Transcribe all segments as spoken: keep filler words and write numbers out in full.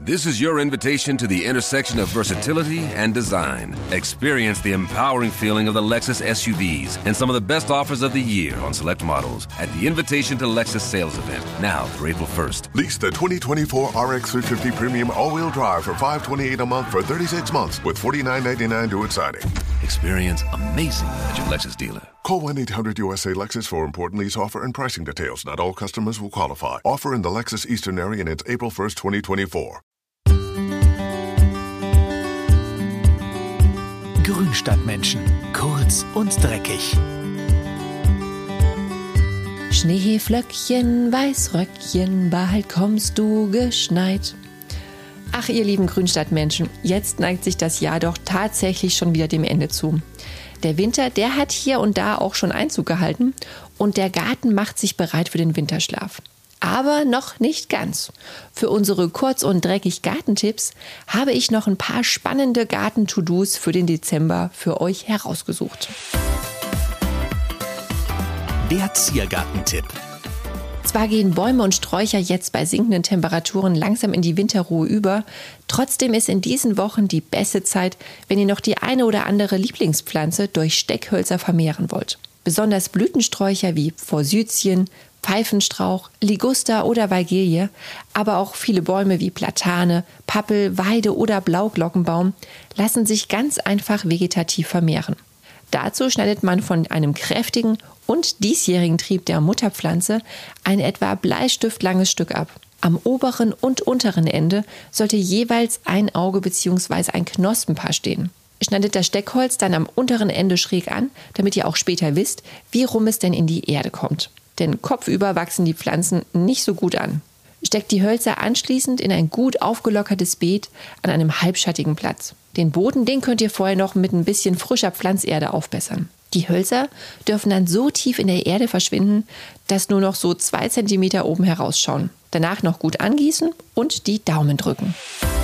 This is your invitation to the intersection of versatility and design. Experience the empowering feeling of the Lexus S U Vs and some of the best offers of the year on select models at the Invitation to Lexus sales event, now through April first. Lease the twenty twenty-four R X three fifty Premium all-wheel drive for five hundred twenty-eight dollars a month for thirty-six months with forty-nine ninety-nine due at signing. Experience amazing at your Lexus dealer. Call one eight hundred U S A Lexus for important lease offer and pricing details. Not all customers will qualify. Offer in the Lexus Eastern area and it's April first, twenty twenty-four. Grünstadtmenschen. Kurz und dreckig. Schneeflöckchen, Weißröckchen, bald kommst du geschneit. Ach, ihr lieben Grünstadtmenschen, jetzt neigt sich das Jahr doch tatsächlich schon wieder dem Ende zu. Der Winter, der hat hier und da auch schon Einzug gehalten und der Garten macht sich bereit für den Winterschlaf. Aber noch nicht ganz. Für unsere kurz und dreckig Gartentipps habe ich noch ein paar spannende Garten-To-Dos für den Dezember für euch herausgesucht. Der Ziergartentipp. Zwar gehen Bäume und Sträucher jetzt bei sinkenden Temperaturen langsam in die Winterruhe über, trotzdem ist in diesen Wochen die beste Zeit, wenn ihr noch die eine oder andere Lieblingspflanze durch Steckhölzer vermehren wollt. Besonders Blütensträucher wie Forsythien, Pfeifenstrauch, Liguster oder Weigelie, aber auch viele Bäume wie Platane, Pappel, Weide oder Blauglockenbaum lassen sich ganz einfach vegetativ vermehren. Dazu schneidet man von einem kräftigen und diesjährigen Trieb der Mutterpflanze ein etwa bleistiftlanges Stück ab. Am oberen und unteren Ende sollte jeweils ein Auge bzw. ein Knospenpaar stehen. Schneidet das Steckholz dann am unteren Ende schräg an, damit ihr auch später wisst, wie rum es denn in die Erde kommt. Denn kopfüber wachsen die Pflanzen nicht so gut an. Steckt die Hölzer anschließend in ein gut aufgelockertes Beet an einem halbschattigen Platz. Den Boden, den könnt ihr vorher noch mit ein bisschen frischer Pflanzerde aufbessern. Die Hölzer dürfen dann so tief in der Erde verschwinden, dass nur noch so zwei Zentimeter oben herausschauen. Danach noch gut angießen und die Daumen drücken.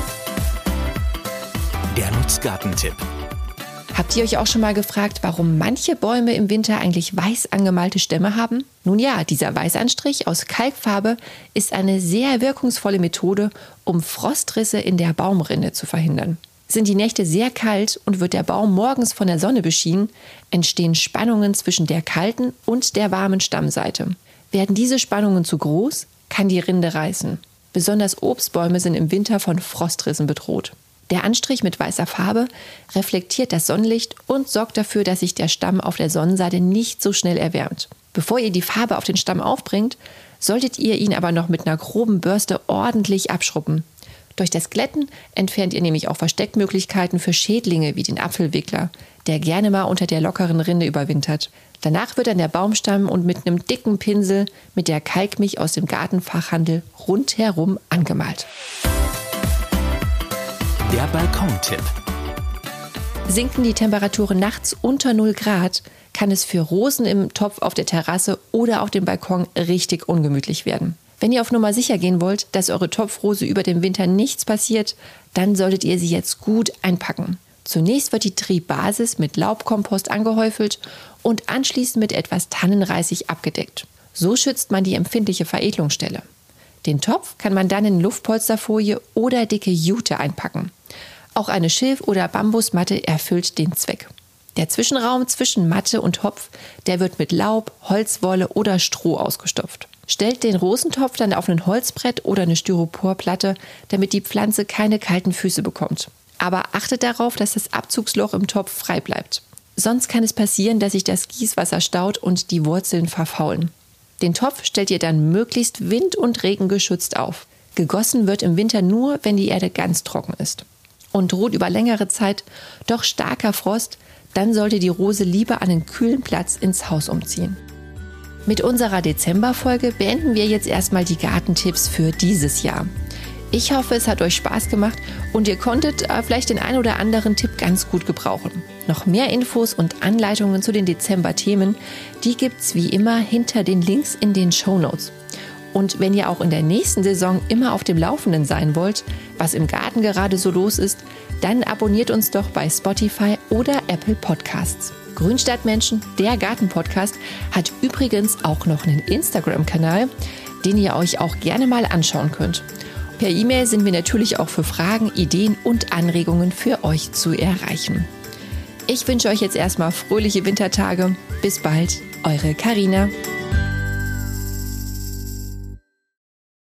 Der Nutzgartentipp. Habt ihr euch auch schon mal gefragt, warum manche Bäume im Winter eigentlich weiß angemalte Stämme haben? Nun ja, dieser Weißanstrich aus Kalkfarbe ist eine sehr wirkungsvolle Methode, um Frostrisse in der Baumrinde zu verhindern. Sind die Nächte sehr kalt und wird der Baum morgens von der Sonne beschienen, entstehen Spannungen zwischen der kalten und der warmen Stammseite. Werden diese Spannungen zu groß, kann die Rinde reißen. Besonders Obstbäume sind im Winter von Frostrissen bedroht. Der Anstrich mit weißer Farbe reflektiert das Sonnenlicht und sorgt dafür, dass sich der Stamm auf der Sonnenseite nicht so schnell erwärmt. Bevor ihr die Farbe auf den Stamm aufbringt, solltet ihr ihn aber noch mit einer groben Bürste ordentlich abschrubben. Durch das Glätten entfernt ihr nämlich auch Versteckmöglichkeiten für Schädlinge wie den Apfelwickler, der gerne mal unter der lockeren Rinde überwintert. Danach wird dann der Baumstamm und mit einem dicken Pinsel mit der Kalkmilch aus dem Gartenfachhandel rundherum angemalt. Der Balkontipp. Sinken die Temperaturen nachts unter null Grad, kann es für Rosen im Topf auf der Terrasse oder auf dem Balkon richtig ungemütlich werden. Wenn ihr auf Nummer sicher gehen wollt, dass eure Topfrose über den Winter nichts passiert, dann solltet ihr sie jetzt gut einpacken. Zunächst wird die Triebbasis mit Laubkompost angehäufelt und anschließend mit etwas Tannenreisig abgedeckt. So schützt man die empfindliche Veredelungsstelle. Den Topf kann man dann in Luftpolsterfolie oder dicke Jute einpacken. Auch eine Schilf- oder Bambusmatte erfüllt den Zweck. Der Zwischenraum zwischen Matte und Topf, der wird mit Laub, Holzwolle oder Stroh ausgestopft. Stellt den Rosentopf dann auf ein Holzbrett oder eine Styroporplatte, damit die Pflanze keine kalten Füße bekommt. Aber achtet darauf, dass das Abzugsloch im Topf frei bleibt. Sonst kann es passieren, dass sich das Gießwasser staut und die Wurzeln verfaulen. Den Topf stellt ihr dann möglichst wind- und regengeschützt auf. Gegossen wird im Winter nur, wenn die Erde ganz trocken ist. Und droht über längere Zeit doch starker Frost, dann sollte die Rose lieber an einen kühlen Platz ins Haus umziehen. Mit unserer Dezemberfolge beenden wir jetzt erstmal die Gartentipps für dieses Jahr. Ich hoffe, es hat euch Spaß gemacht und ihr konntet äh, vielleicht den einen oder anderen Tipp ganz gut gebrauchen. Noch mehr Infos und Anleitungen zu den Dezember-Themen, die gibt's wie immer hinter den Links in den Shownotes. Und wenn ihr auch in der nächsten Saison immer auf dem Laufenden sein wollt, was im Garten gerade so los ist, dann abonniert uns doch bei Spotify oder Apple Podcasts. Grünstadtmenschen, der Gartenpodcast, hat übrigens auch noch einen Instagram-Kanal, den ihr euch auch gerne mal anschauen könnt. Per E-Mail sind wir natürlich auch für Fragen, Ideen und Anregungen für euch zu erreichen. Ich wünsche euch jetzt erstmal fröhliche Wintertage. Bis bald, eure Carina.